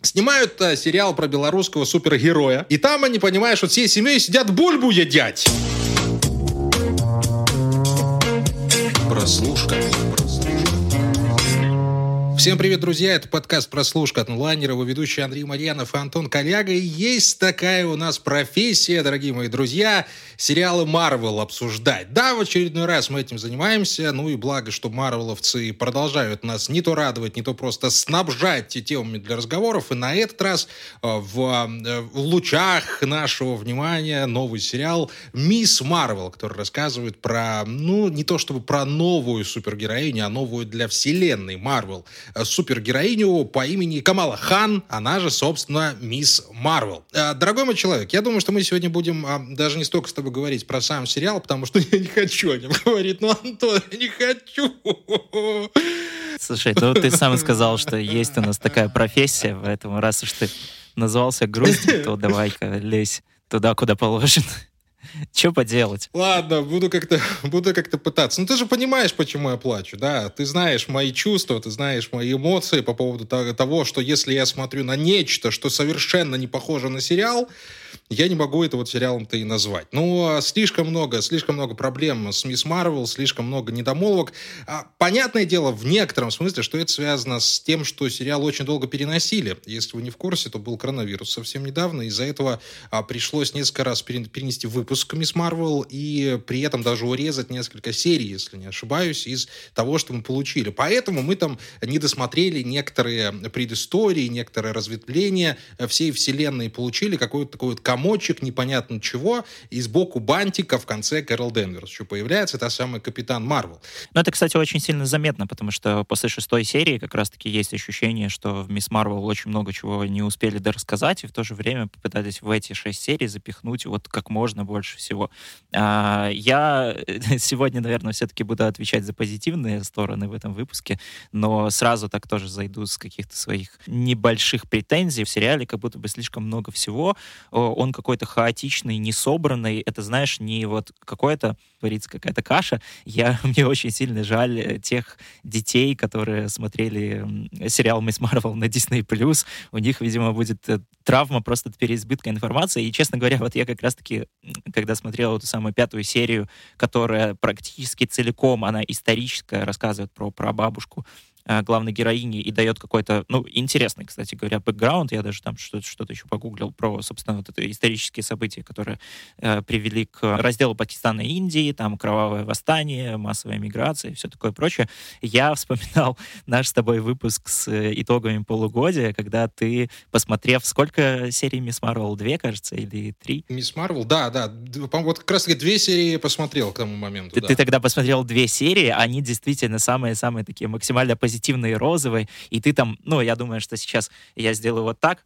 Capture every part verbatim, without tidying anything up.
Снимают а, сериал про белорусского супергероя. И там они, понимаешь, вот всей семьей сидят бульбу едят. Прослушка. Всем привет, друзья! Это подкаст «Прослушка» от онлайнера, его ведущий Андрей Марьянов и Антон Коляга. И есть такая у нас профессия, дорогие мои друзья, сериалы Marvel обсуждать. Да, в очередной раз мы этим занимаемся, ну и благо, что марвеловцы продолжают нас не то радовать, не то просто снабжать темами для разговоров. И на этот раз в, в лучах нашего внимания новый сериал «Мисс Марвел», который рассказывает про, ну, не то чтобы про новую супергероиню, а новую для вселенной Марвел супергероиню по имени Камала Хан, она же, собственно, Мисс Марвел. Дорогой мой человек, я думаю, что мы сегодня будем даже не столько с тобой говорить про сам сериал, потому что я не хочу о нем говорить. Ну, Антон, я не хочу. Слушай, ну ты сам сказал, что есть у нас такая профессия, поэтому раз уж ты назвался грустью, то давай-ка лезь туда, куда положено. Что поделать? Ладно, буду как-то, буду как-то пытаться. Ну, ты же понимаешь, почему я плачу, да? Ты знаешь мои чувства, ты знаешь мои эмоции по поводу того, что если я смотрю на нечто, что совершенно не похоже на сериал, я не могу это вот сериалом-то и назвать. Ну, слишком много, слишком много проблем с Мисс Марвел, слишком много недомолвок. Понятное дело, в некотором смысле, что это связано с тем, что сериал очень долго переносили. Если вы не в курсе, то был коронавирус совсем недавно. Из-за этого пришлось несколько раз перенести выпуск Мисс Марвел и при этом даже урезать несколько серий, если не ошибаюсь, из того, что мы получили. Поэтому мы там не досмотрели некоторые предыстории, некоторые разветвления всей вселенной, получили какой-то такой вот комочек непонятно чего, и сбоку бантика в конце Кэрол Денверс еще появляется та самая Капитан Марвел. Ну, это, кстати, очень сильно заметно, потому что после шестой серии как раз-таки есть ощущение, что в Мисс Марвел очень много чего не успели дорассказать, и в то же время попытались в эти шесть серий запихнуть вот как можно больше всего. А, я сегодня, наверное, все-таки буду отвечать за позитивные стороны в этом выпуске, но сразу так тоже зайду с каких-то своих небольших претензий. В сериале как будто бы слишком много всего. Он какой-то хаотичный, несобранный. Это, знаешь, не вот какое-то, творится какая-то каша. Я, мне очень сильно жаль тех детей, которые смотрели сериал «Мисс Марвел» на Disney+. У них, видимо, будет травма просто от переизбытка информации. И, честно говоря, вот я как раз-таки, когда смотрел эту самую пятую серию, которая практически целиком, она историческая, рассказывает про прабабушку главной героини и дает какой-то, ну, интересный, кстати говоря, бэкграунд. Я даже там что-то, что-то еще погуглил про, собственно, вот это исторические события, которые э, привели к разделу Пакистана и Индии, там кровавое восстание, массовая миграция и все такое прочее. Я вспоминал наш с тобой выпуск с итогами полугодия, когда ты, посмотрев, сколько серий Мисс Марвел? Две, кажется, или три? Мисс Марвел, да, да. По-моему, вот как раз-таки две серии я посмотрел к тому моменту. Ты, да. ты тогда посмотрел две серии, они действительно самые-самые такие максимально позитивные, позитивные, розовые, и ты там, ну, я думаю, что сейчас я сделаю вот так.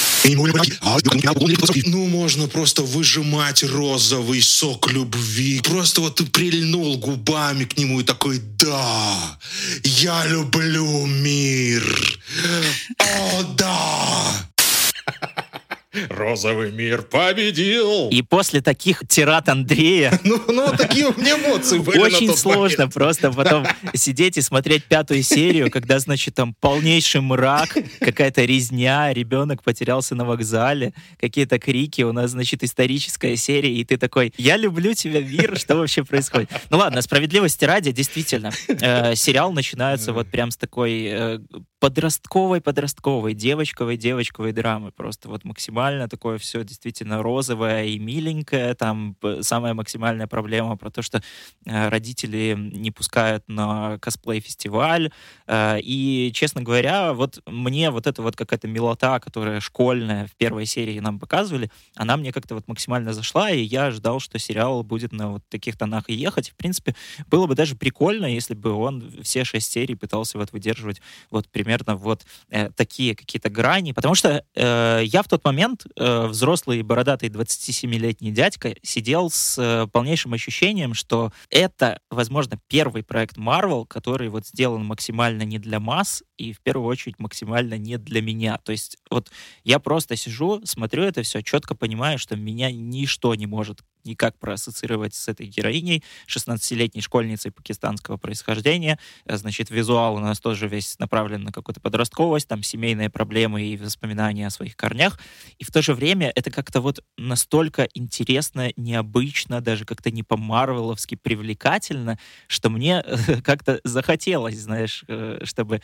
Ну, можно просто выжимать розовый сок любви. Просто вот ты прильнул губами к нему и такой: да, я люблю мир. О, да. Розовый мир победил! И после таких тирад Андрея... Ну, ну вот такие у меня эмоции были. Очень сложно просто потом сидеть и смотреть пятую серию, когда, значит, там полнейший мрак, какая-то резня, ребенок потерялся на вокзале, какие-то крики, у нас, значит, историческая серия, и ты такой: я люблю тебя, мир, что вообще происходит? Ну ладно, справедливости ради, действительно, э, сериал начинается вот прям с такой э, подростковой, подростковой, девочковой, девочковой драмы, просто вот максимально такое все действительно розовое и миленькое. Там самая максимальная проблема про то, что э, родители не пускают на косплей-фестиваль. Э, и, честно говоря, вот мне вот эта вот какая-то милота, которая школьная в первой серии нам показывали, она мне как-то вот максимально зашла, и я ждал, что сериал будет на вот таких тонах и ехать. В принципе, было бы даже прикольно, если бы он все шесть серий пытался вот выдерживать вот примерно вот э, такие какие-то грани. Потому что э, я в тот момент э, взрослый бородатый двадцатисемилетний дядька сидел с э, полнейшим ощущением, что это, возможно, первый проект Marvel, который вот сделан максимально не для масс и в первую очередь максимально не для меня. То есть вот я просто сижу, смотрю это все, четко понимаю, что меня ничто не может никак проассоциировать с этой героиней, шестнадцатилетней школьницей пакистанского происхождения. Значит, визуал у нас тоже весь направлен на какую-то подростковость, там семейные проблемы и воспоминания о своих корнях. И в то же время это как-то вот настолько интересно, необычно, даже как-то не по-марвеловски привлекательно, что мне как-то захотелось, знаешь, чтобы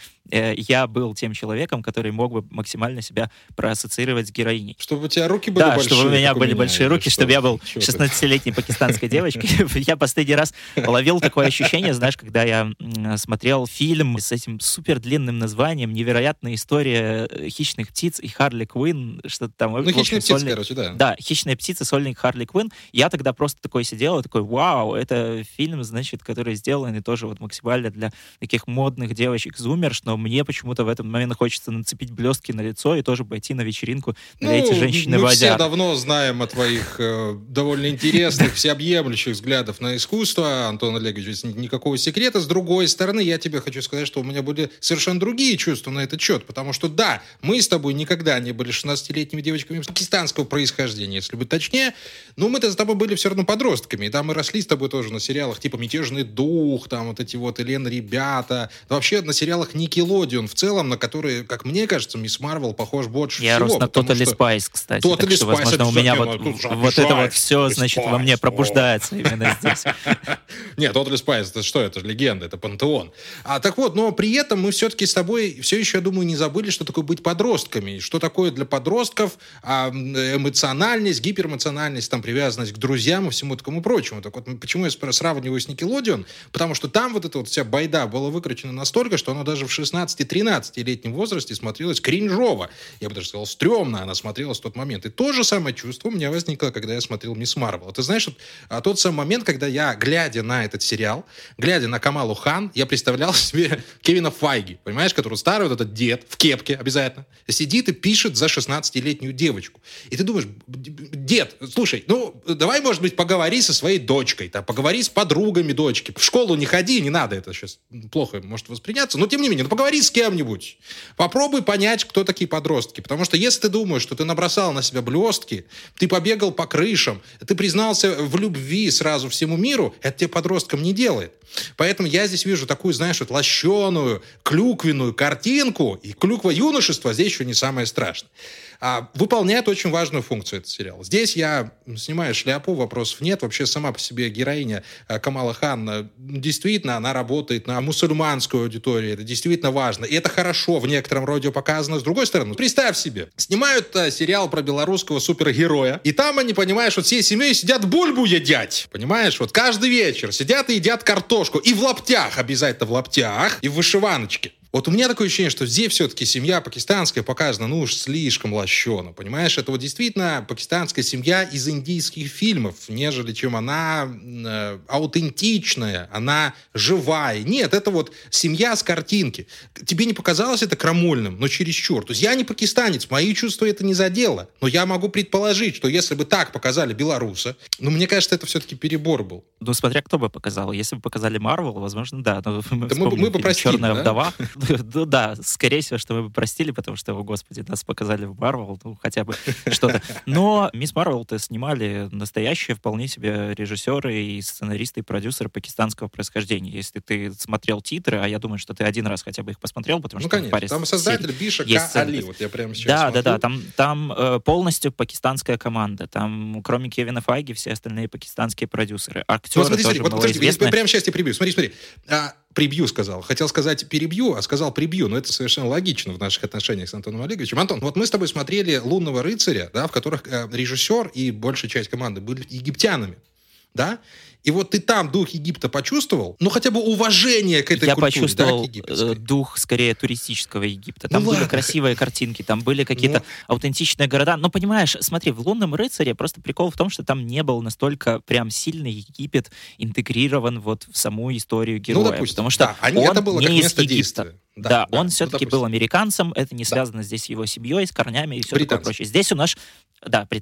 я был тем человеком, который мог бы максимально себя проассоциировать с героиней. Чтобы у тебя руки были да, большие. Да, чтобы у меня были у меня, большие руки, чтобы я был шестнадцатилетней пакистанской девочкой. Я последний раз ловил такое ощущение, знаешь, когда я смотрел фильм с этим супер длинным названием «Невероятная история хищных птиц» и Харли Квинн, что-то там. Ну, «Хищные птицы», сольник... короче, да. Да, «Хищные птицы», сольник Харли Квинн. Я тогда просто такой сидел и такой, вау, это фильм, значит, который сделан и тоже вот максимально для таких модных девочек-зумерш, но мне почему-то в этот момент хочется нацепить блестки на лицо и тоже пойти на вечеринку, где ну, эти женщины мы водят. все давно знаем о твоих э, довольно интересных, всеобъемлющих взглядов на искусство, Антон Олегович, никакого секрета. С другой стороны, я тебе хочу сказать, что у меня были совершенно другие чувства на этот счет, потому что, да, мы с тобой никогда не были шестнадцатилетними девочками пакистанского происхождения, если быть точнее, но мы-то с тобой были все равно подростками, и там мы росли с тобой тоже на сериалах типа «Мятежный дух», там вот эти вот «Элен, ребята», вообще на сериалах Nickelodeon в целом, на которые, как мне кажется, Мисс Марвел похож больше я всего. Я рос на Totally Spice, кстати, Totally так что, возможно, Spice, у меня это, вот, ну, вот это вот все, значит, Spice, во мне пробуждается именно здесь. Нет, Totally Spice, это что? Это же легенда, это пантеон. А, так вот, но при этом мы все-таки с тобой все еще, я думаю, не забыли, что такое быть подростками, что такое для подростков а, эмоциональность, гиперэмоциональность, там, привязанность к друзьям и всему такому прочему. Так вот, почему я сравниваю с Nickelodeon? Потому что там вот эта вот вся байда была выкручена настолько, что она даже в шестнадцати-тринадцатилетнем возрасте смотрелась кринжово. Я бы даже сказал, стрёмно она смотрелась в тот момент. И то же самое чувство у меня возникло, когда я смотрел «Мисс Марвел». Ты знаешь, вот, а, тот самый момент, когда я, глядя на этот сериал, глядя на Камалу Хан, я представлял себе Кевина Файги, понимаешь, который старый вот этот дед в кепке обязательно, сидит и пишет за шестнадцатилетнюю девочку. И ты думаешь, дед, слушай, ну, давай, может быть, поговори со своей дочкой, там, поговори с подругами дочки. В школу не ходи, не надо, это сейчас плохо может восприняться, но тем не менее, ну, поговори с кем-нибудь. Попробуй понять, кто такие подростки. Потому что если ты думаешь, что ты набросал на себя блестки, ты побегал по крышам, ты признался в любви сразу всему миру, это тебе подросткам не делает. Поэтому я здесь вижу такую, знаешь, вот лощеную, клюквенную картинку, и клюква юношества здесь еще не самое страшное. А, выполняет очень важную функцию этот сериал. Здесь я снимаю шляпу, вопросов нет. Вообще сама по себе героиня Камала Хан, действительно, она работает на мусульманскую аудиторию. Это действительно важно. И это хорошо в некотором роде показано. С другой стороны, представь себе, снимают а, сериал про белорусского супергероя, и там они, понимаешь, вот всей семьей сидят бульбу едят. Понимаешь, вот каждый вечер сидят и едят картошку. И в лаптях, обязательно в лаптях, и в вышиваночке. Вот у меня такое ощущение, что здесь все-таки семья пакистанская показана, ну уж слишком лощено, понимаешь? Это вот действительно пакистанская семья из индийских фильмов, нежели чем она э, аутентичная, она живая. Нет, это вот семья с картинки. Тебе не показалось это крамольным, но чересчур? То есть я не пакистанец, мои чувства это не задело. Но я могу предположить, что если бы так показали белоруса, ну, мне кажется, это все-таки перебор был. Ну, смотря кто бы показал. Если бы показали Марвел, возможно, да. Но мы, да мы, мы бы простили, «Черная да? вдова». Ну да, скорее всего, что мы бы простили, потому что, о господи, нас показали в Марвел, ну хотя бы что-то. Но «Мисс Марвел»-то снимали настоящие вполне себе режиссеры и сценаристы, и продюсеры пакистанского происхождения. Если ты смотрел титры, а я думаю, что ты один раз хотя бы их посмотрел, потому ну, что... Ну, конечно, там создатель Биша Ка Али, вот я прямо сейчас Да, смотрю. да, да, там, там э, полностью пакистанская команда, там кроме Кевина Файги все остальные пакистанские продюсеры. Актеры вот смотри, тоже смотри, вот, подожди, малоизвестные. Прямо сейчас я прибью. Смотри, смотри. А, прибью сказал. Хотел сказать перебью, а сказал прибью. Но это совершенно логично в наших отношениях с Антоном Олеговичем. Антон, вот мы с тобой смотрели «Лунного рыцаря», да, в которых э, режиссер и большая часть команды были египтянами. Да? И вот ты там дух Египта почувствовал, ну хотя бы уважение к этой я культуре, почувствовал да, к египетской. дух скорее туристического Египта. Там ну, были ладно. красивые картинки, там были какие-то ну... аутентичные города. Но понимаешь, смотри, в «Лунном рыцаре» просто прикол в том, что там не был настолько прям сильно Египет интегрирован вот в саму историю героя. Ну, допустим, потому что да, а он это было не как из место Египта. действия. Да, Да, да, он да, все-таки ну, был американцем, это не да. связано здесь с его семьей, с корнями и все Британцем. такое прочее. Здесь у нас... Да, британцем.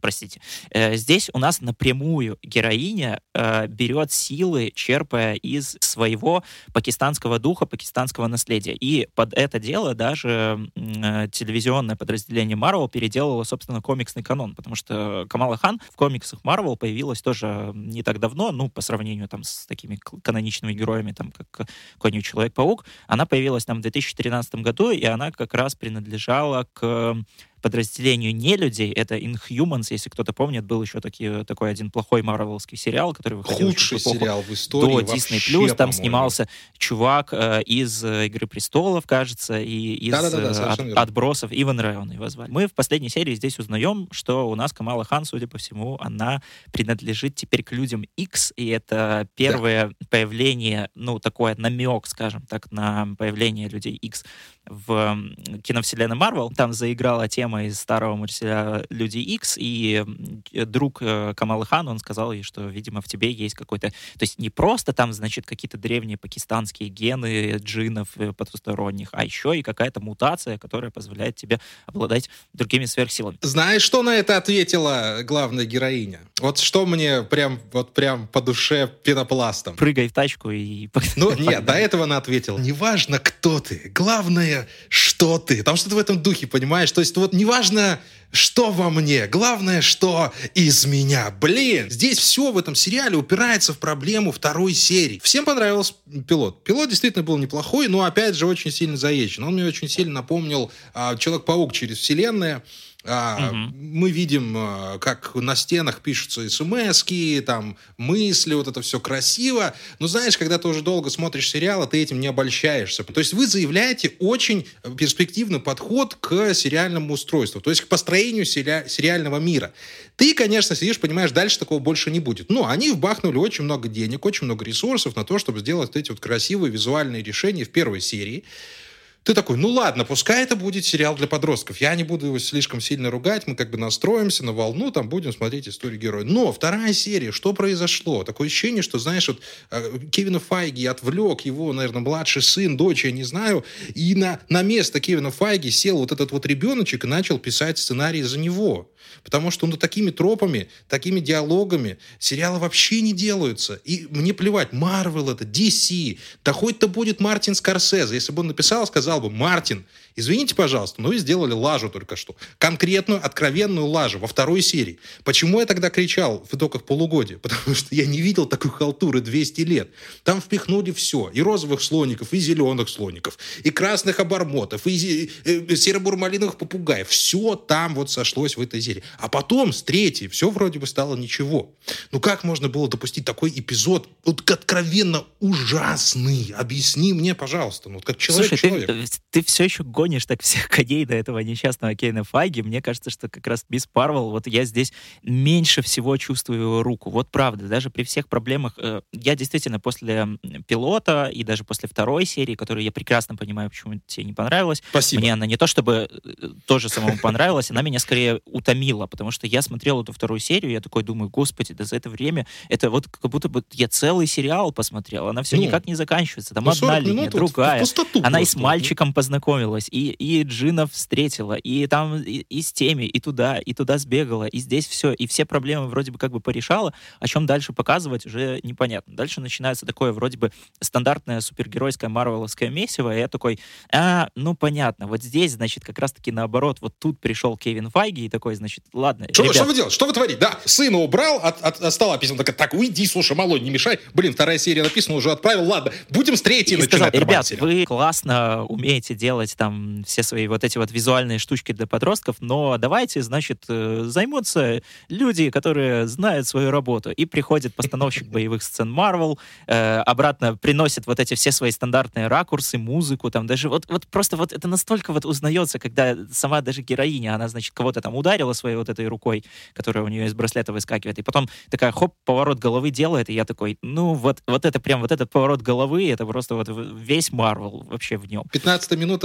простите. Э, здесь у нас напрямую героиня э, берет силы, черпая из своего пакистанского духа, пакистанского наследия. И под это дело даже э, телевизионное подразделение Marvel переделало, собственно, комиксный канон, потому что Камала Хан в комиксах Marvel появилась тоже не так давно, ну, по сравнению там с такими каноничными героями, там, как какой-нибудь Человек-паук. Она появилась там в две тысячи тринадцатом году, и она как раз принадлежала к подразделению нелюдей, это Inhumans, если кто-то помнит, был еще таки, такой один плохой марвеловский сериал, который выходил худший сериал в истории до Disney+. вообще, Там по-моему. Снимался чувак э, из э, «Игры престолов», кажется, и из Да-да-да, э, от, «Отбросов», Иван Район его звали. Мы в последней серии здесь узнаем, что у нас Камала Хан, судя по всему, она принадлежит теперь к людям X, и это первое да. появление, ну, такой намек, скажем так, на появление людей X в киновселенной Marvel. Там заиграла тема из старого мультсериала «Люди Икс», и друг Камалы Хан, он сказал ей, что, видимо, в тебе есть какой-то... То есть не просто там, значит, какие-то древние пакистанские гены джиннов потусторонних, а еще и какая-то мутация, которая позволяет тебе обладать другими сверхсилами. Знаешь, что на это ответила главная героиня? Вот что мне прям, вот прям по душе пенопластом. Прыгай в тачку и... Ну, нет, до этого она ответила. Неважно, кто ты, главное, что ты. Там что-то в этом духе, понимаешь? То есть вот неважно, что во мне, главное, что из меня. Блин, здесь все в этом сериале упирается в проблему второй серии. Всем понравился пилот. Пилот действительно был неплохой, но, опять же, очень сильно заезжен. Он мне очень сильно напомнил а, Человек-паук через вселенную. А, угу. Мы видим, как на стенах пишутся смс-ки, там, мысли, вот это все красиво. Но знаешь, когда ты уже долго смотришь сериал, ты этим не обольщаешься. То есть вы заявляете очень перспективный подход к сериальному устройству, то есть к построению сери- сериального мира. Ты, конечно, сидишь, понимаешь, дальше такого больше не будет. Но они вбахнули очень много денег, очень много ресурсов на то, чтобы сделать вот эти вот красивые визуальные решения в первой серии. Ты такой, ну ладно, пускай это будет сериал для подростков. Я не буду его слишком сильно ругать, мы как бы настроимся на волну, там будем смотреть историю героя. Но вторая серия, что произошло? Такое ощущение, что, знаешь, вот Кевина Файги отвлек его, наверное, младший сын, дочь, я не знаю, и на, на место Кевина Файги сел вот этот вот ребеночек и начал писать сценарий за него. Потому что ну, такими тропами, такими диалогами сериалы вообще не делаются. И мне плевать, Марвел это, ди си, да хоть-то будет Мартин Скорсезе. Если бы он написал, сказал бы, Мартин, извините, пожалуйста, но вы сделали лажу только что. Конкретную, откровенную лажу во второй серии. Почему я тогда кричал в итогах полугодия? Потому что я не видел такой халтуры двести лет. Там впихнули все. И розовых слоников, и зеленых слоников, и красных обормотов, и серо-бурмалиновых попугаев. Все там вот сошлось в этой серии. А потом с третьей все вроде бы стало ничего. Ну как можно было допустить такой эпизод, вот откровенно ужасный? Объясни мне, пожалуйста, ну как человек-человек. Слушай, ты, ты все еще гонишь так всех коней до этого несчастного Кевина Файги. Мне кажется, что как раз Мисс Марвел, вот я здесь меньше всего чувствую его руку. Вот правда, даже при всех проблемах, э, я действительно после пилота и даже после второй серии, которую я прекрасно понимаю, почему тебе не понравилась, Спасибо. Мне она не то чтобы тоже самому понравилась, она меня скорее утомила, потому что я смотрел эту вторую серию, я такой думаю, господи, да за это время, это вот как будто бы я целый сериал посмотрел, она все ну, никак не заканчивается, там ну, одна линия, другая, она и с мальчиком познакомилась, и, и Джина встретила, и там и, и с теми, и туда, и туда сбегала, и здесь все, и все проблемы вроде бы как бы порешала, о чем дальше показывать уже непонятно. Дальше начинается такое вроде бы стандартное супергеройское марвеловское месиво, и я такой, а, ну понятно, вот здесь, значит, как раз-таки наоборот, вот тут пришел Кевин Файги и такой, значит, ладно, что, ребят... что вы делаете? Что вы творите? Да, сына убрал, от, от, от стола письмо, так, так, уйди, слушай, малой, не мешай. Блин, вторая серия написана, уже отправил, ладно, будем с третьей и начинать. Сказал, ребят, вы классно умеете делать там все свои вот эти вот визуальные штучки для подростков, но давайте, значит, займутся люди, которые знают свою работу. И приходит постановщик боевых сцен Marvel, э, обратно приносит вот эти все свои стандартные ракурсы, музыку, там даже вот, вот просто вот это настолько вот узнается, когда сама даже героиня, она, значит, кого-то там ударила своей вот этой рукой, которая у нее из браслета выскакивает, и потом такая, хоп, поворот головы делает, и я такой, ну, вот, вот это прям, вот этот поворот головы, это просто вот весь Marvel вообще в нем. пятнадцатая минута, двадцать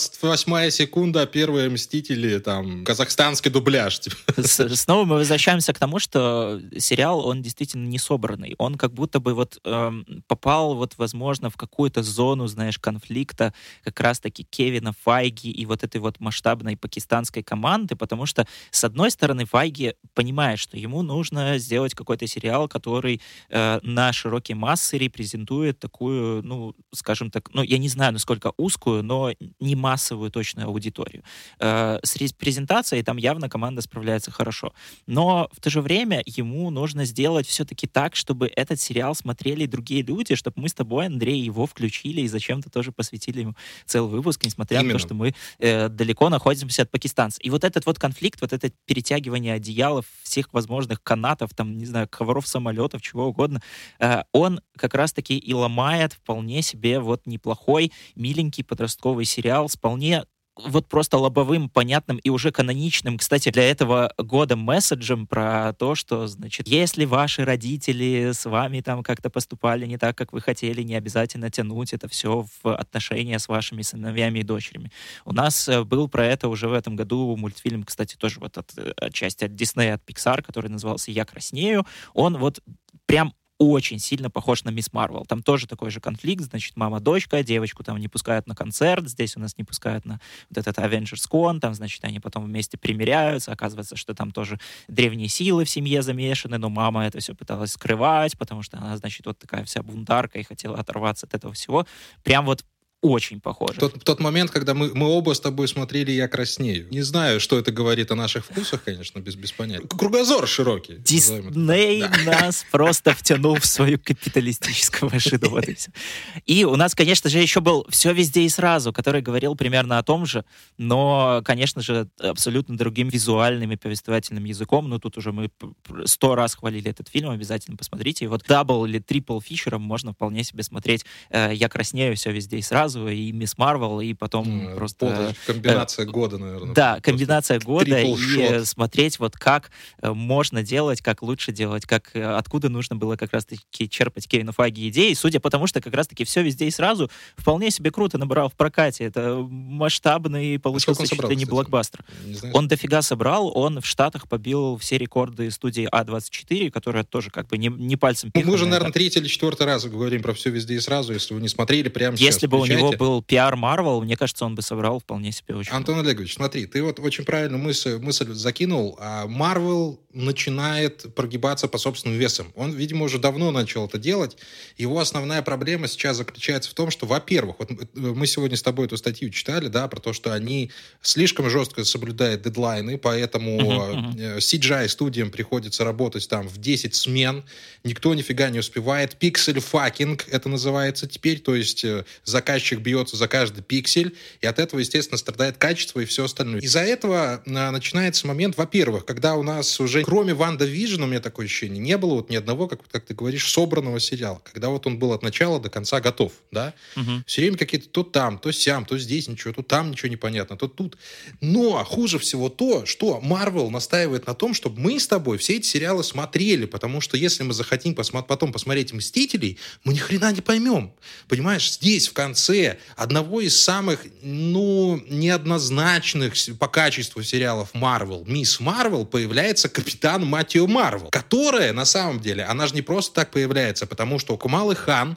двадцать восьмая секунда, первые «Мстители», там, казахстанский дубляж. Снова мы возвращаемся к тому, что сериал, он действительно не собранный. Он как будто бы вот эм, попал, вот, возможно, в какую-то зону, знаешь, конфликта как раз-таки Кевина Файги и вот этой вот масштабной пакистанской команды, потому что, с одной стороны, Файги понимает, что ему нужно сделать какой-то сериал, который э, на широкие массы репрезентует такую, ну, скажем так, ну, я не знаю, насколько узкую, но не массовую точную аудиторию. Э, с репрезентацией там явно команда справляется хорошо. Но в то же время ему нужно сделать все-таки так, чтобы этот сериал смотрели другие люди, чтобы мы с тобой, Андрей, его включили и зачем-то тоже посвятили ему целый выпуск, несмотря Именно. на то, что мы э, далеко находимся от пакистанцев. И вот этот вот конфликт, вот это перетягивание одеялов, всех возможных канатов, там, не знаю, ковров самолетов, чего угодно, э, он как раз-таки и ломает вполне себе вот неплохой, миленький подростковый сериал с вполне вот просто лобовым, понятным и уже каноничным, кстати, для этого года месседжем про то, что, значит, если ваши родители с вами там как-то поступали не так, как вы хотели, не обязательно тянуть это все в отношения с вашими сыновьями и дочерями. У нас был про это уже в этом году мультфильм, кстати, тоже вот от, отчасти от Disney, от Pixar, который назывался «Я краснею». Он вот прям очень сильно похож на Мисс Марвел. Там тоже такой же конфликт, значит, мама-дочка, девочку там не пускают на концерт, здесь у нас не пускают на вот этот Avengers Con, там, значит, они потом вместе примиряются, оказывается, что там тоже древние силы в семье замешаны, но мама это все пыталась скрывать, потому что она, значит, вот такая вся бунтарка и хотела оторваться от этого всего. Прям вот очень похоже. Тот, тот момент, когда мы, мы оба с тобой смотрели «Я краснею». Не знаю, что это говорит о наших вкусах, конечно, без, без понятия. Кругозор широкий. Дисней нас просто втянул в свою капиталистическую машину. Вот и все. И у нас, конечно же, еще был «Все везде и сразу», который говорил примерно о том же, но, конечно же, абсолютно другим визуальным и повествовательным языком. Ну, тут уже мы сто раз хвалили этот фильм, обязательно посмотрите. И вот дабл или трипл фичером можно вполне себе смотреть «Я краснею», «Все везде и сразу», и «Мисс Марвел», и потом mm, просто... Комбинация э, года, наверное. Да, комбинация года, и shot. Смотреть вот как можно делать, как лучше делать, как, откуда нужно было как раз-таки черпать Кевина Файги идеи, судя по тому, что как раз-таки «Все везде и сразу» вполне себе круто набрал в прокате. Это масштабный, получился чуть ли не блокбастер. Не он дофига собрал, он в Штатах побил все рекорды студии А двадцать четыре, которая тоже как бы не, не пальцем пиханная. Мы уже, наверное, третий или четвертый раз говорим про «Все везде и сразу», если вы не смотрели прямо сейчас. Если бы у него был пиар Марвел, мне кажется, он бы собрал вполне себе очень Антон много. Олегович, смотри, ты вот очень правильную мысль, мысль закинул. Марвел начинает прогибаться по собственным весам. Он, видимо, уже давно начал это делать. Его основная проблема сейчас заключается в том, что, во-первых, вот мы сегодня с тобой эту статью читали, да, про то, что они слишком жестко соблюдают дедлайны, поэтому uh-huh, uh-huh. си джи ай-студиям приходится работать там в десять смен, никто нифига не успевает. Пиксель-факинг это называется теперь, то есть заказчик бьется за каждый пиксель, и от этого, естественно, страдает качество и все остальное. Из-за этого а, начинается момент, во-первых, когда у нас уже, кроме Ванда Вижн, у меня такое ощущение, не было вот ни одного, как, как ты говоришь, собранного сериала, когда вот он был от начала до конца готов, да? Угу. Все время какие-то то там, то сям, то здесь ничего, то там ничего непонятно, то тут. Но хуже всего то, что Марвел настаивает на том, чтобы мы с тобой все эти сериалы смотрели, потому что если мы захотим посмо- потом посмотреть «Мстителей», мы ни хрена не поймем. Понимаешь, здесь в конце одного из самых, ну, неоднозначных по качеству сериалов Марвел, «Мисс Марвел», появляется капитан Матио Марвел, которая, на самом деле, она же не просто так появляется, потому что у Камалы Хан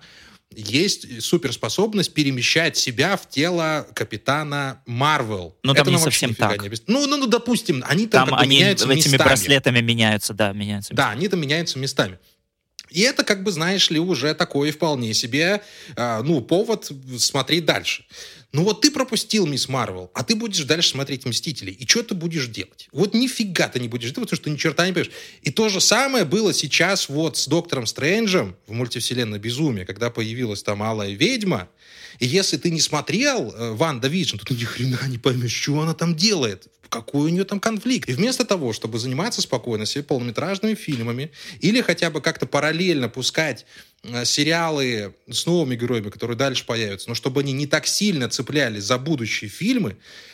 есть суперспособность перемещать себя в тело капитана Марвел. Ну, там это не совсем так. Не объяс... ну, ну, ну, допустим, они там, там как бы они меняются этими местами. браслетами меняются, да, меняются. Да, они там меняются местами. И это, как бы, знаешь ли, уже такой вполне себе, э, ну, повод смотреть дальше. Ну вот ты пропустил «Мисс Марвел», а ты будешь дальше смотреть «Мстителей». И что ты будешь делать? Вот нифига ты не будешь делать, потому что ты ни черта не понимаешь. И то же самое было сейчас вот с Доктором Стрэнджем в мультивселенной «Безумие», когда появилась там Алая Ведьма. И если ты не смотрел э, «Ванда Вижн», то ты ни хрена не поймешь, что она там делает. Какой у нее там конфликт. И вместо того, чтобы заниматься спокойно себе полнометражными фильмами или хотя бы как-то параллельно пускать э, сериалы с новыми героями, которые дальше появятся, но чтобы они не так сильно цеплялись за будущие фильмы,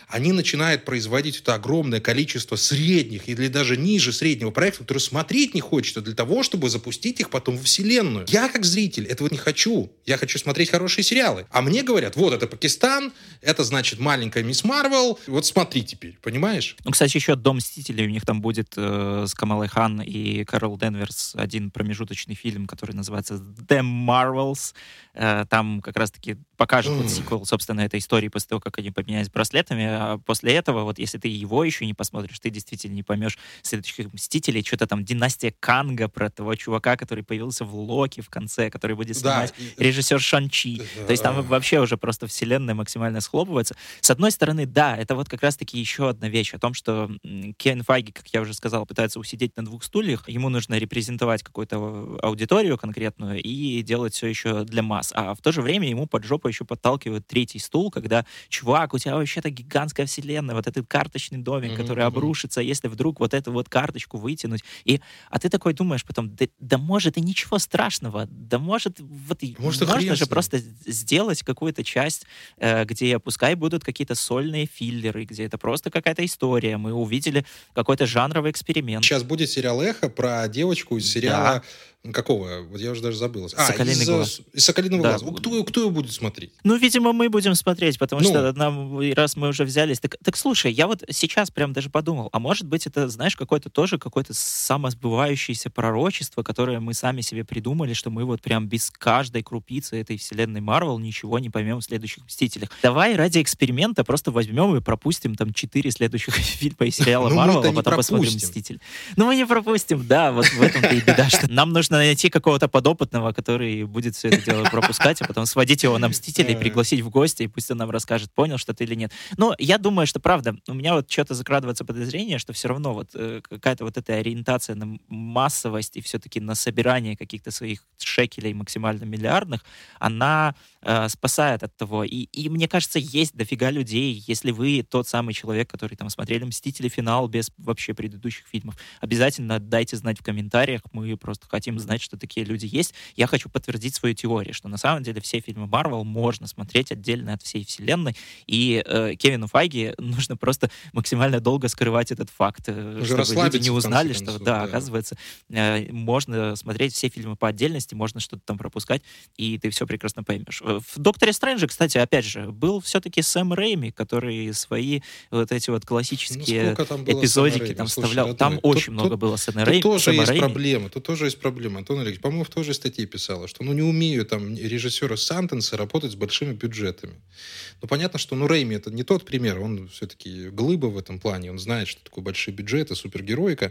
они начинают производить это огромное количество средних или даже ниже среднего проектов, которые смотреть не хочется для того, чтобы запустить их потом в вселенную. Я, как зритель, этого не хочу. Я хочу смотреть хорошие сериалы. А мне говорят, вот, это Пакистан, это, значит, маленькая Мисс Марвел, вот смотри теперь, понимаешь? Ну, кстати, еще «Дом Мстителей» у них там будет э, с Камалой Хан и Кэрол Денверс один промежуточный фильм, который называется «The Marvels». Э, там как раз-таки покажут вот сиквел, собственно, этой истории после того, как они поменялись браслетами. А после этого, вот если ты его еще не посмотришь, ты действительно не поймешь следующих «Мстителей». Что-то там «Династия Канга» про того чувака, который появился в «Локи» в конце, который будет снимать да. режиссер Шан-Чи. Да. То есть там вообще уже просто вселенная максимально схлопывается. С одной стороны, да, это вот как раз-таки еще одна вещь о том, что Кевин Файги, как я уже сказал, пытается усидеть на двух стульях. Ему нужно репрезентовать какую-то аудиторию конкретную и делать все еще для масс. А в то же время ему под жопу еще подталкивает третий стул, когда, чувак, у тебя вообще-то гигантская вселенная, вот этот карточный домик, mm-hmm. который обрушится, если вдруг вот эту вот карточку вытянуть. И, а ты такой думаешь потом, да, да может и ничего страшного, да может, вот может можно же просто сделать какую-то часть, э, где пускай будут какие-то сольные филлеры, где это просто какая-то история. Мы увидели какой-то жанровый эксперимент. Сейчас будет сериал «Эхо» про девочку из сериала... Да. Какого? Вот я уже даже забыл. А, «Соколиный из, глаз». Из «Соколиного да. глаза». Кто, кто его будет смотреть? Ну, видимо, мы будем смотреть, потому ну. что нам, раз мы уже взялись... Так, так слушай, я вот сейчас прям даже подумал, а может быть это, знаешь, какое-то тоже какое-то самосбывающееся пророчество, которое мы сами себе придумали, что мы вот прям без каждой крупицы этой вселенной Марвел ничего не поймем в следующих «Мстителях». Давай ради эксперимента просто возьмем и пропустим там четыре следующих фильма и сериала Марвел, а потом посмотрим «Мститель». Ну, мы не пропустим, да, вот в этом-то и беда, что нам нужно найти какого-то подопытного, который будет все это дело пропускать, а потом сводить его на «Мстителей», пригласить в гости, и пусть он нам расскажет, понял что ты или нет. Но я думаю, что правда, у меня вот что-то закрадывается подозрение, что все равно вот э, какая-то вот эта ориентация на массовость и все-таки на собирание каких-то своих шекелей максимально миллиардных, она э, спасает от того. И, и мне кажется, есть дофига людей, если вы тот самый человек, который там смотрели «Мстители. Финал» без вообще предыдущих фильмов, обязательно дайте знать в комментариях, мы просто хотим знать, что такие люди есть. Я хочу подтвердить свою теорию, что на самом деле все фильмы Марвел можно смотреть отдельно от всей вселенной, и э, Кевину Файги нужно просто максимально долго скрывать этот факт, э, чтобы люди не узнали, что концов, да, да, оказывается, э, можно смотреть все фильмы по отдельности, можно что-то там пропускать, и ты все прекрасно поймешь. В «Докторе Стрэнджа», кстати, опять же, был все-таки Сэм Рэйми, который свои вот эти вот классические ну, там эпизодики там Слушай, вставлял. Там тут, очень тут, много тут, было Сэма Рэйми. Тут тоже Сэма есть Рэйми. проблемы. Тут тоже есть проблема. Антон Олегович, по-моему, в той же статье писала, что ну не умеют там режиссеры Санденса работать с большими бюджетами. Ну понятно, что ну Рэйми это не тот пример, он все-таки глыба в этом плане, он знает, что такое большие бюджеты, супергероика.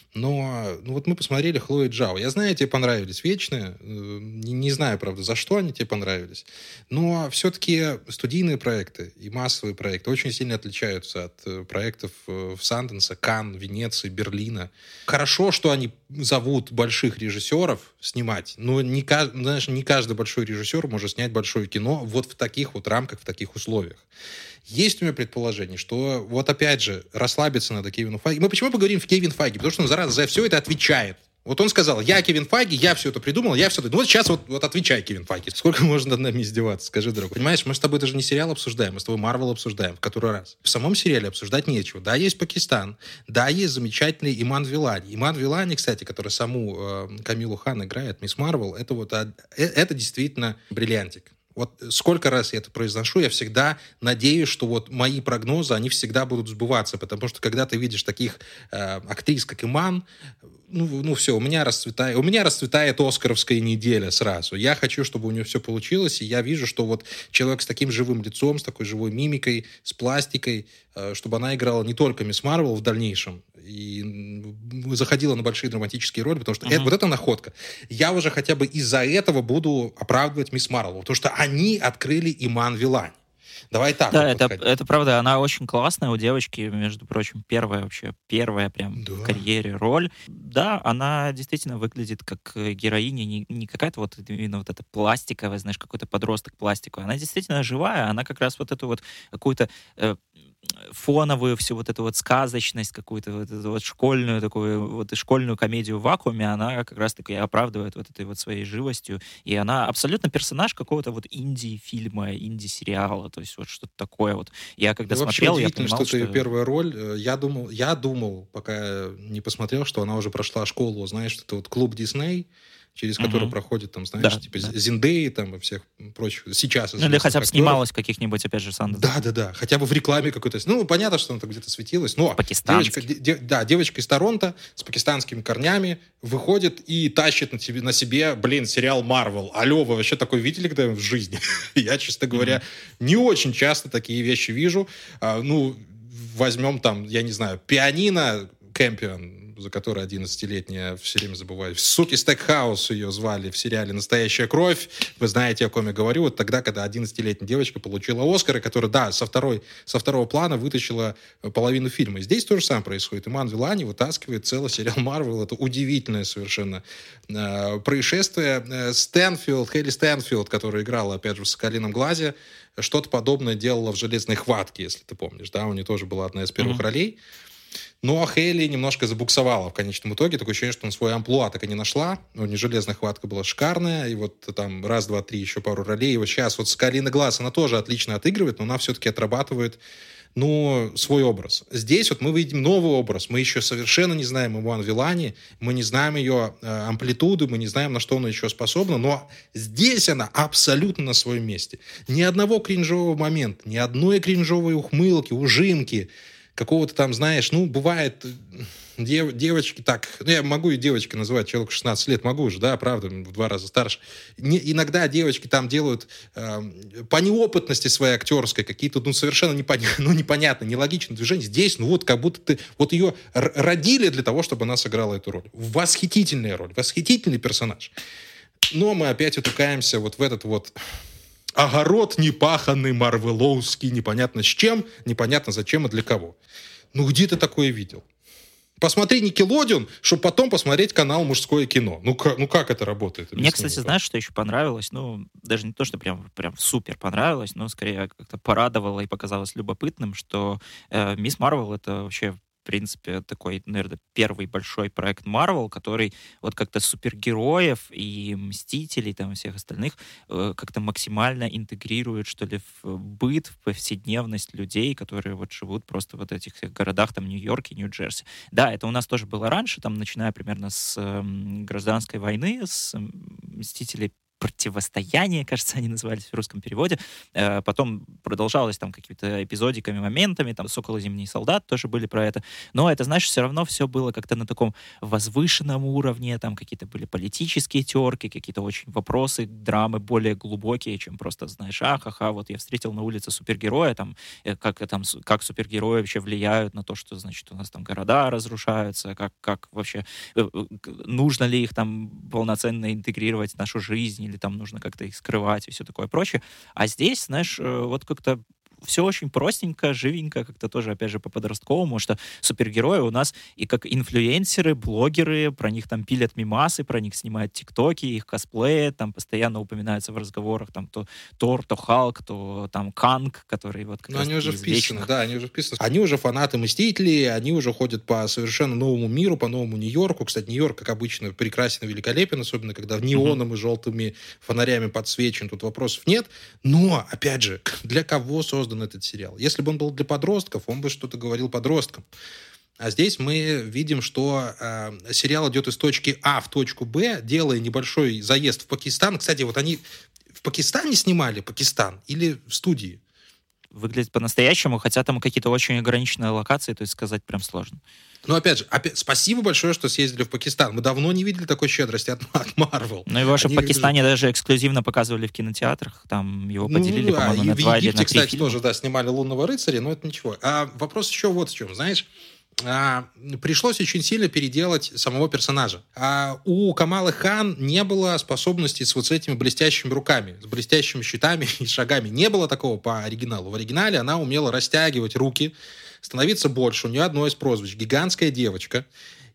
Но ну вот мы посмотрели «Хлоя Джао». Я знаю, тебе понравились «Вечные». Не, не знаю, правда, за что они тебе понравились. Но все-таки студийные проекты и массовые проекты очень сильно отличаются от проектов в Санденса, Канн, Венеции, Берлина. Хорошо, что они зовут больших режиссеров снимать, но не, знаешь, не каждый большой режиссер может снять большое кино вот в таких вот рамках, в таких условиях. Есть у меня предположение, что вот опять же расслабиться надо Кевину Файги. Мы почему поговорим в Кевин Файги? Потому что он, зараза, за все это отвечает. Вот он сказал, я Кевин Файги, я все это придумал, я все это... Ну вот сейчас вот, вот отвечай, Кевин Файги. Сколько можно над нами издеваться? Скажи, друг. Понимаешь, мы с тобой даже не сериал обсуждаем, мы с тобой Марвел обсуждаем в который раз. В самом сериале обсуждать нечего. Да, есть Пакистан, да, есть замечательный Иман Вилани. Иман Вилани, кстати, который саму э, Камилу Хан играет, Мисс Марвел, это вот э, это действительно бриллиантик. Вот сколько раз я это произношу, я всегда надеюсь, что вот мои прогнозы, они всегда будут сбываться, потому что когда ты видишь таких э, актрис, как Иман, ну, ну все, у меня расцветает, у меня расцветает оскаровская неделя сразу. Я хочу, чтобы у нее все получилось, и я вижу, что вот человек с таким живым лицом, с такой живой мимикой, с пластикой, э, чтобы она играла не только Мисс Марвел в дальнейшем, и заходила на большие драматические роли, потому что uh-huh. это, вот это находка. Я уже хотя бы из-за этого буду оправдывать Мисс Марвел, потому что они открыли Иман Вилани. Давай так. Да, вот это, это правда, она очень классная у девочки, между прочим, первая вообще, первая прям да. в карьере роль. Да, она действительно выглядит как героиня, не, не какая-то вот именно вот эта пластиковая, знаешь, какой-то подросток пластиковый. Она действительно живая, она как раз вот эту вот какую-то... Э, фоновую всю вот эту вот сказочность, какую-то вот эту вот школьную такую, вот и школьную комедию в вакууме, она как раз-таки оправдывает вот этой вот своей живостью, и она абсолютно персонаж какого-то вот инди-фильма, инди-сериала, то есть вот что-то такое вот. Я когда Ну, вообще смотрел, я удивительно, понимал, что что... это ее первая роль. Я думал, я думал, пока не посмотрел, что она уже прошла школу, знаешь, что это вот клуб Дисней, через который Мгм. проходит, там, знаешь, Да, типа да. Зендеи там и всех прочих сейчас Ну или известных хотя бы актеров. снималась в каких-нибудь, опять же, Санденс. Да, да, да. Хотя бы в рекламе какой-то. Ну, понятно, что она там где-то светилась. Но девочка, Пакистанских. де- да, девочка из Торонто с пакистанскими корнями выходит и тащит на, тебе, на себе, блин, сериал Марвел. Алло, вы вообще такой видели когда-нибудь в жизни? Я, честно говоря, не очень часто такие вещи вижу. А, ну, возьмем там, я не знаю, пианино Кэмпион, за которой одиннадцатилетняя, все время забываю. Суки Стекхаус ее звали в сериале «Настоящая кровь». Вы знаете, о ком я говорю. Вот тогда, когда одиннадцатилетняя девочка получила Оскар, которая, да, со, второй, со второго плана вытащила половину фильма. И здесь то же самое происходит. Иман Вилани вытаскивает целый сериал «Марвел». Это удивительное совершенно э, происшествие. Стэнфилд, Хейли Стэнфилд, которая играла, опять же, в «Соколином глазе», что-то подобное делала в «Железной хватке», если ты помнишь. Да, у нее тоже была одна из первых mm-hmm. ролей. Но Хейли немножко забуксовала в конечном итоге. Такое ощущение, что он свой амплуа так и не нашла. У нее «Железная хватка» была шикарная. И вот там раз, два, три, еще пару ролей. И вот сейчас вот «Соколиный глаз» она тоже отлично отыгрывает, но она все-таки отрабатывает, ну, свой образ. Здесь вот мы видим новый образ. Мы еще совершенно не знаем Иман Вилани. Мы не знаем ее э, амплитуды. Мы не знаем, на что она еще способна. Но здесь она абсолютно на своем месте. Ни одного кринжового момента, ни одной кринжовой ухмылки, ужимки, какого-то там, знаешь, ну, бывает, дев, девочки, так, ну, я могу и девочкой называть, человеку шестнадцать лет, могу же, да, правда, в два раза старше. Не, иногда девочки там делают э, по неопытности своей актерской какие-то, ну, совершенно непонятные, ну, непонятные, нелогичные движения. Здесь, ну, вот, как будто ты, вот ее р- родили для того, чтобы она сыграла эту роль. Восхитительная роль, восхитительный персонаж. Но мы опять утыкаемся вот в этот вот... огород непаханный, марвеловский, непонятно с чем, непонятно зачем и для кого. Ну, где ты такое видел? Посмотри Никелодеон, чтобы потом посмотреть канал «Мужское кино». Ну, как, ну как это работает? Мне, кстати, знаешь, что еще понравилось? Ну, даже не то, что прям, прям супер понравилось, но скорее как-то порадовало и показалось любопытным, что э, «Мисс Марвел» — это вообще... в принципе, такой, наверное, первый большой проект Marvel, который вот как-то супергероев и Мстителей, там, и всех остальных э, как-то максимально интегрирует, что ли, в быт, в повседневность людей, которые вот живут просто в вот этих всех городах, там, Нью-Йорке, Нью-Джерси. Да, это у нас тоже было раньше, там, начиная примерно с э, гражданской войны, с э, Мстителей противостояние, кажется, они назывались в русском переводе. Э, потом продолжалось там какими-то эпизодиками, моментами, там «Сокол и Зимний солдат» тоже были про это. Но это, знаешь, все равно все было как-то на таком возвышенном уровне, там какие-то были политические терки, какие-то очень вопросы, драмы более глубокие, чем просто, знаешь, ах-ха-ха, вот я встретил на улице супергероя, там, э, как, там, как супергерои вообще влияют на то, что, значит, у нас там города разрушаются, как, как вообще, э, нужно ли их там полноценно интегрировать в нашу жизнь, или там нужно как-то их скрывать и все такое прочее. А здесь, знаешь, вот как-то все очень простенько, живенько, как-то тоже, опять же, по-подростковому, что супергерои у нас и как инфлюенсеры, блогеры, про них там пилят мемасы, про них снимают тиктоки, их косплеи, там постоянно упоминаются в разговорах, там то Тор, то Халк, то там Канг, который вот как Но раз они уже вписаны, вечных... да, они уже вписаны. Они уже фанаты Мстителей, они уже ходят по совершенно новому миру, по новому Нью-Йорку. Кстати, Нью-Йорк, как обычно, прекрасен и великолепен, особенно когда неоном и желтыми фонарями подсвечен, тут вопросов нет. Но, опять же, для кого создан этот сериал? Если бы он был для подростков, он бы что-то говорил подросткам. А здесь мы видим, что э, сериал идет из точки А в точку Б, делая небольшой заезд в Пакистан. Кстати, вот они в Пакистане снимали, Пакистан, или в студии? Выглядит по-настоящему, хотя там какие-то очень ограниченные локации, то есть сказать прям сложно. Ну, опять же, опять, спасибо большое, что съездили в Пакистан. Мы давно не видели такой щедрости от, от Marvel. Ну, его же в Пакистане же... даже эксклюзивно показывали в кинотеатрах. Там его ну, поделили, да, по-моему, и на два или на три Египте, кстати, фильма. тоже, да, снимали «Лунного рыцаря», но это ничего. А вопрос еще вот в чем, знаешь... А, пришлось очень сильно переделать самого персонажа. А у Камалы Хан не было способности с вот с этими блестящими руками, с блестящими щитами и шагами. Не было такого по оригиналу. В оригинале она умела растягивать руки, становиться больше. У нее одно из прозвищ — гигантская девочка.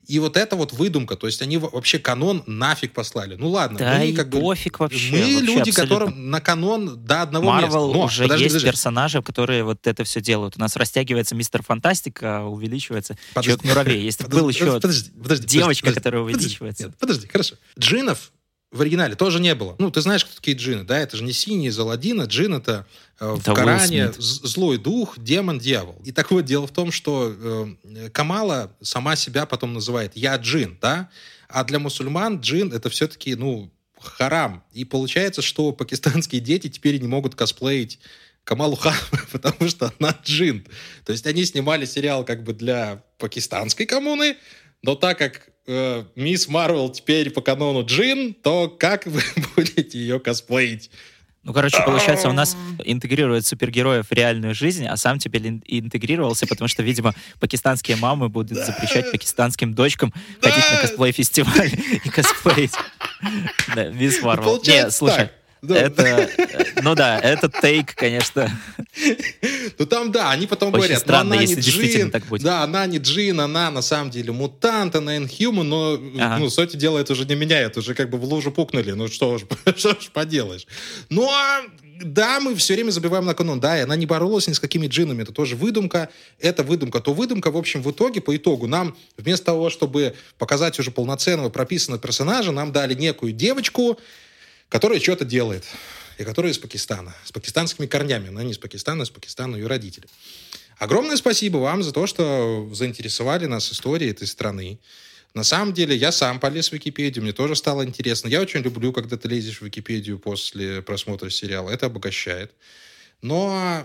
И вот это вот выдумка, то есть они вообще канон нафиг послали. Ну ладно, да мы и как бы... пофиг вообще. Мы вообще люди, абсолютно. которым на канон до одного Marvel места. Но, уже подожди, есть подожди. персонажи, которые вот это все делают. У нас растягивается Мистер Фантастик, а увеличивается Подожди. Человек-муравей. Есть Подожди, был еще подожди, подожди, девочка, подожди, которая подожди. увеличивается. Нет, подожди, хорошо. Джинов в оригинале тоже не было. Ну, ты знаешь, кто такие джинны, да? Это же не синий из Аладдина. Джин — это э, в Это Уилл Коране Смит. з- злой дух, демон, дьявол. И так вот, дело в том, что э, Камала сама себя потом называет «я джин», да? А для мусульман джин — это все-таки, ну, харам. И получается, что пакистанские дети теперь не могут косплеить Камалу Хан, потому что она джин. То есть они снимали сериал как бы для пакистанской коммуны, но так как э, Мисс Марвел теперь по канону джин, то как вы будете ее косплеить? Ну, короче, получается, у нас интегрируют супергероев в реальную жизнь, а сам теперь ин- интегрировался, потому что, видимо, пакистанские мамы будут Да. запрещать пакистанским дочкам Да. ходить на косплей-фестиваль и косплеить. Да, Мисс Марвел. Не, Получается слушай, так. Да. это... э, Ну да, этот тейк, конечно. Ну там, да, они потом Очень говорят, ну странно, она если не действительно джин, так будет. да, она не джин, она на самом деле мутант, она инхьюман, но, Ага. ну, сути дела, это уже не меняет, уже как бы в лужу пукнули, ну что ж, что ж поделаешь. Но, да, мы все время забиваем на канон, да, и она не боролась ни с какими джинами, это тоже выдумка, это выдумка, то выдумка, в общем, в итоге, по итогу, нам вместо того, чтобы показать уже полноценного прописанного персонажа, нам дали некую девочку, которая что-то делает. И которая из Пакистана. С пакистанскими корнями. Она не из Пакистана, а из Пакистана ее родители. Огромное спасибо вам за то, что заинтересовали нас историей этой страны. На самом деле, я сам полез в Википедию, мне тоже стало интересно. Я очень люблю, когда ты лезешь в Википедию после просмотра сериала. Это обогащает. Но...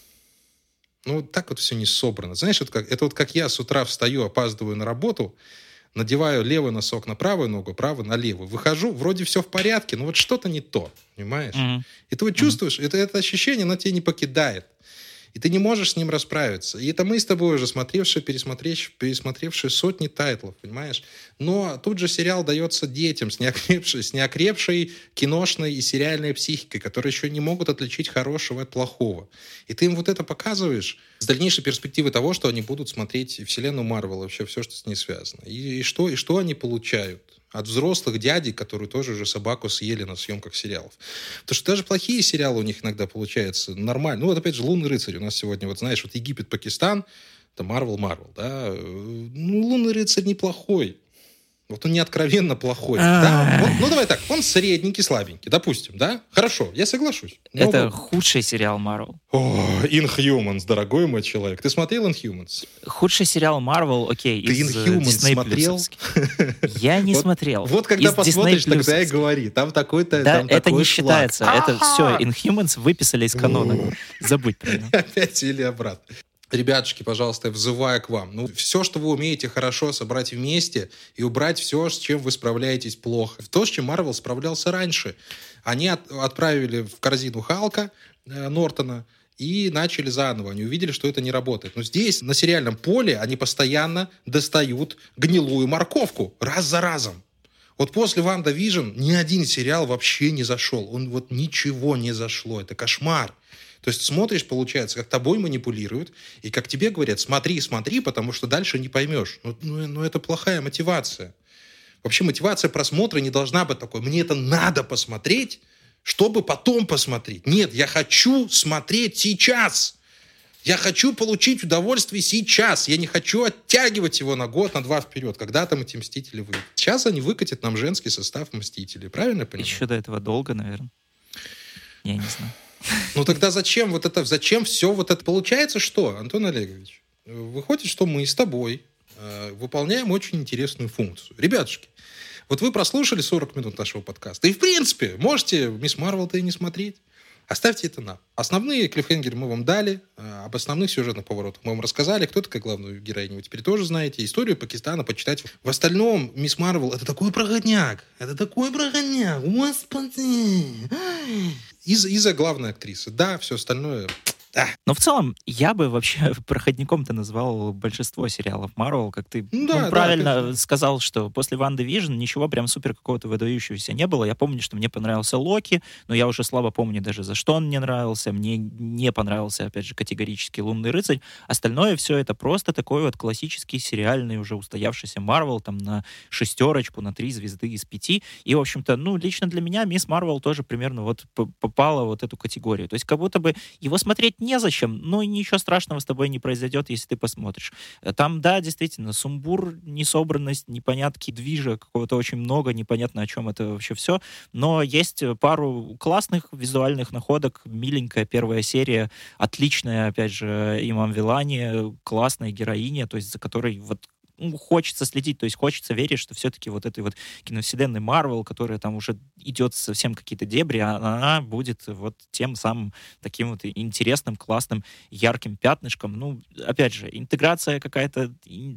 Ну, так вот все не собрано. Знаешь, это, как, это вот как я с утра встаю, опаздываю на работу, надеваю левый носок на правую ногу, правый на левую. Выхожу, вроде все в порядке, но вот что-то не то, понимаешь? Мгм. И ты вот чувствуешь, это, это ощущение, оно тебя не покидает. И ты не можешь с ним расправиться. И это мы с тобой уже смотревшие, пересмотревшие, пересмотревшие сотни тайтлов, понимаешь? Но тут же сериал дается детям с неокрепшей, с неокрепшей киношной и сериальной психикой, которые еще не могут отличить хорошего от плохого. И ты им вот это показываешь с дальнейшей перспективы того, что они будут смотреть вселенную Марвел, вообще все, что с ней связано. И, и, что, и что они получают? От взрослых дядей, которые тоже уже собаку съели на съемках сериалов. Потому что даже плохие сериалы у них иногда получаются нормально. Ну, вот опять же, «Лунный рыцарь» у нас сегодня, вот знаешь, вот Египет, Пакистан, это Марвел, Марвел, да. Ну, «Лунный рыцарь» неплохой. Вот он не откровенно плохой. Да? Вот, ну, давай так, он средненький, слабенький, допустим, да? Хорошо, я соглашусь. Но Это вот- худший сериал Marvel. О, Inhumans, дорогой мой человек. Ты смотрел Inhumans? Худший сериал Marvel, окей, Ты из э, Inhumans Disney смотрел? плюсовский. Я не Вот- смотрел. Вот когда Из посмотришь, Disney тогда и плюсовский. говори. Там такой-то, Да, там это такой не шлак. считается. Это Ага! все, Inhumans выписали из канона. Забудь про него. Опять или обратно. Ребятушки, пожалуйста, я взываю к вам. Ну, все, что вы умеете хорошо собрать вместе и убрать все, с чем вы справляетесь плохо. То, с чем Марвел справлялся раньше. Они от- отправили в корзину Халка э, Нортона и начали заново. Они увидели, что это не работает. Но здесь, на сериальном поле, они постоянно достают гнилую морковку. Раз за разом. Вот после «Ванда Вижн» ни один сериал вообще не зашел. Он вот ничего не зашло. Это кошмар. То есть смотришь, получается, как тобой манипулируют, и как тебе говорят, смотри, смотри, потому что дальше не поймешь. Ну, ну, ну, это плохая мотивация. Вообще мотивация просмотра не должна быть такой. Мне это надо посмотреть, чтобы потом посмотреть. Нет, я хочу смотреть сейчас. Я хочу получить удовольствие сейчас. Я не хочу оттягивать его на год, на два вперед. Когда там эти «Мстители» выйдут. Сейчас они выкатят нам женский состав «Мстителей». Правильно я понимаю? Еще до этого долго, наверное. Я не знаю. Ну тогда зачем вот это, зачем все вот это? Получается что, Антон Олегович? Выходит, что мы с тобой э, выполняем очень интересную функцию. Ребятушки, вот вы прослушали сорок минут нашего подкаста, и в принципе можете «Мисс Марвел»-то и не смотреть. Оставьте это нам. Основные клиффхенгеры мы вам дали, э, об основных сюжетных поворотах мы вам рассказали. Кто такая главную героиню, вы теперь тоже знаете. Историю Пакистана почитать. В остальном «Мисс Марвел» — это такой проходняк. Это такой проходняк. Господи. Из- из-за главной актрисы. Да, все остальное А. Но в целом, я бы вообще проходником-то назвал большинство сериалов Marvel, как ты Ну ну, да, правильно да, ты- сказал, что после Ванды Вижн ничего прям супер какого-то выдающегося не было. Я помню, что мне понравился Локи, но я уже слабо помню даже, за что он мне нравился. Мне не понравился, опять же, категорически Лунный рыцарь. Остальное все это просто такой вот классический сериальный, уже устоявшийся Marvel, там на шестерочку, на три звезды из пяти. И, в общем-то, ну, лично для меня Мисс Марвел тоже примерно вот п- попала в вот эту категорию. То есть как будто бы его смотреть незачем, но и ничего страшного с тобой не произойдет, если ты посмотришь. Там, да, действительно, сумбур, несобранность, непонятки, движа какого-то очень много, непонятно, о чем это вообще все, но есть пару классных визуальных находок, миленькая первая серия, отличная, опять же, Имам Вилани, классная героиня, то есть за которой вот ну, хочется следить, то есть хочется верить, что все-таки вот этой вот киновселенной Марвел, которая там уже идет совсем какие-то дебри, она будет вот тем самым таким вот интересным, классным, ярким пятнышком. Ну, опять же, интеграция какая-то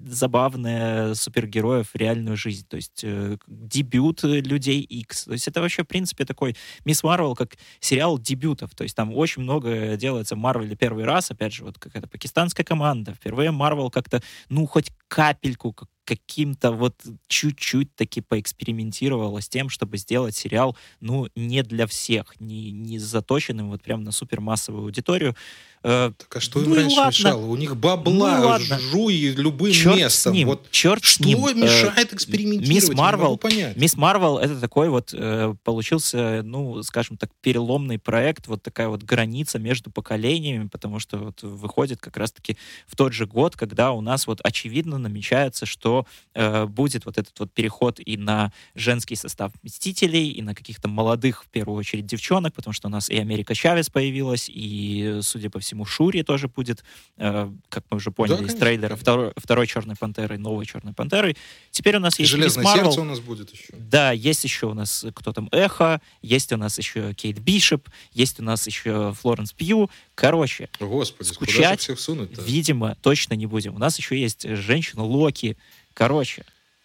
забавная супергероев в реальную жизнь, то есть э, дебют Людей Икс. То есть это вообще, в принципе, такой Мисс Марвел как сериал дебютов, то есть там очень много делается в Марвеле первый раз, опять же, вот какая-то пакистанская команда, впервые Марвел как-то, ну, хоть капельку, как каким-то вот чуть-чуть таки поэкспериментировала с тем, чтобы сделать сериал, ну, не для всех, не, не заточенным вот прям на супермассовую аудиторию. Э, Так а что ну им и раньше ладно. мешало? У них бабла, Ну ладно. жуй любым Черт местом. с ним, Вот черт с что ним. мешает Э, экспериментировать? Мисс Я не могу Марвел, понять. Мисс Марвел это такой вот э, получился, ну, скажем так, переломный проект, вот такая вот граница между поколениями, потому что вот выходит как раз-таки в тот же год, когда у нас вот очевидно намечается, что э, будет вот этот вот переход и на женский состав Мстителей, и на каких-то молодых, в первую очередь, девчонок, потому что у нас и Америка Чавес появилась, и, судя по всему, Шури тоже будет, э, как мы уже поняли Да, из конечно, трейлера, конечно. второй, второй Черной Пантеры, новой Черной Пантерой. Теперь у нас есть Мисс Железное Марвел. сердце у нас будет еще. Да, есть еще у нас кто там, Эхо, есть у нас еще Кейт Бишоп, есть у нас еще Флоренс Пью. Короче, Господи, куда же скучать, всех сунуть-то? видимо, точно не будем. У нас еще есть женщина Локи. Короче,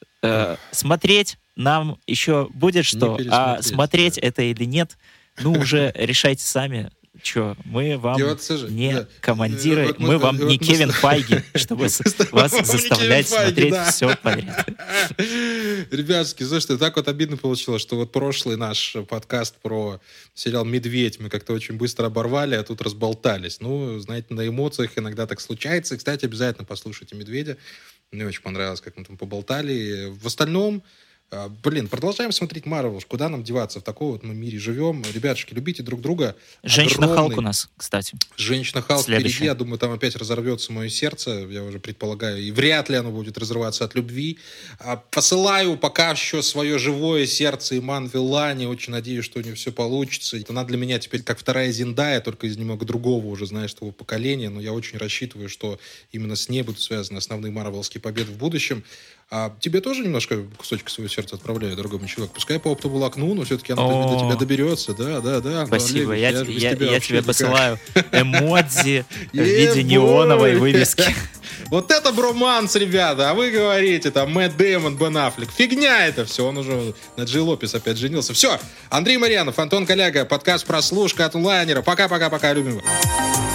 э, смотреть нам еще будет что, а пересмотреть, смотреть да. это или нет, ну, уже решайте сами. Че, мы вам И вот, слушай, не да. командиры, И вот мы- мы вам и вот не мы- Кевин Файги, чтобы с- вас Вам не заставлять Кевин Файги, смотреть да. все подряд. Ребятки, слушайте, так вот обидно получилось, что вот прошлый наш подкаст про сериал «Медведь» мы как-то очень быстро оборвали, а тут разболтались. Ну, знаете, на эмоциях иногда так случается. И, кстати, обязательно послушайте «Медведя». Мне очень понравилось, как мы там поболтали. В остальном, а, блин, продолжаем смотреть Марвел. Куда нам деваться? В таком вот мы мире живем. Ребятушки, любите друг друга. Женщина-Халк Огромный- у нас, кстати. Женщина-Халк Следующее. впереди, я думаю, там опять разорвется мое сердце, я уже предполагаю, и вряд ли оно будет разрываться от любви. А, Посылаю пока еще свое живое сердце Иман Вилани, очень надеюсь, что у нее все получится. Это она для меня теперь как вторая Зендая, только из немного другого уже, знаешь, того поколения, но я очень рассчитываю, что именно с ней будут связаны основные марвелские победы в будущем. А тебе тоже немножко кусочек своего сердца отправляю, дорогой мой человек. Пускай по оптоволокну, но все-таки оно до О. тебя доберется. Да, да, да. Спасибо, Олег, я, же те- без я- тебя я вообще тебе никак. посылаю эмодзи в виде Ебой! неоновой вывески. Вот это броманс, ребята. А вы говорите, там, Мэтт Дэймон, Бен Аффлек. Фигня это все. Он уже на Джей Лопес опять женился. Все. Андрей Марьянов, Антон Коляга. Подкаст «Прослушка» от Лайнера. Пока-пока-пока. Любим вас.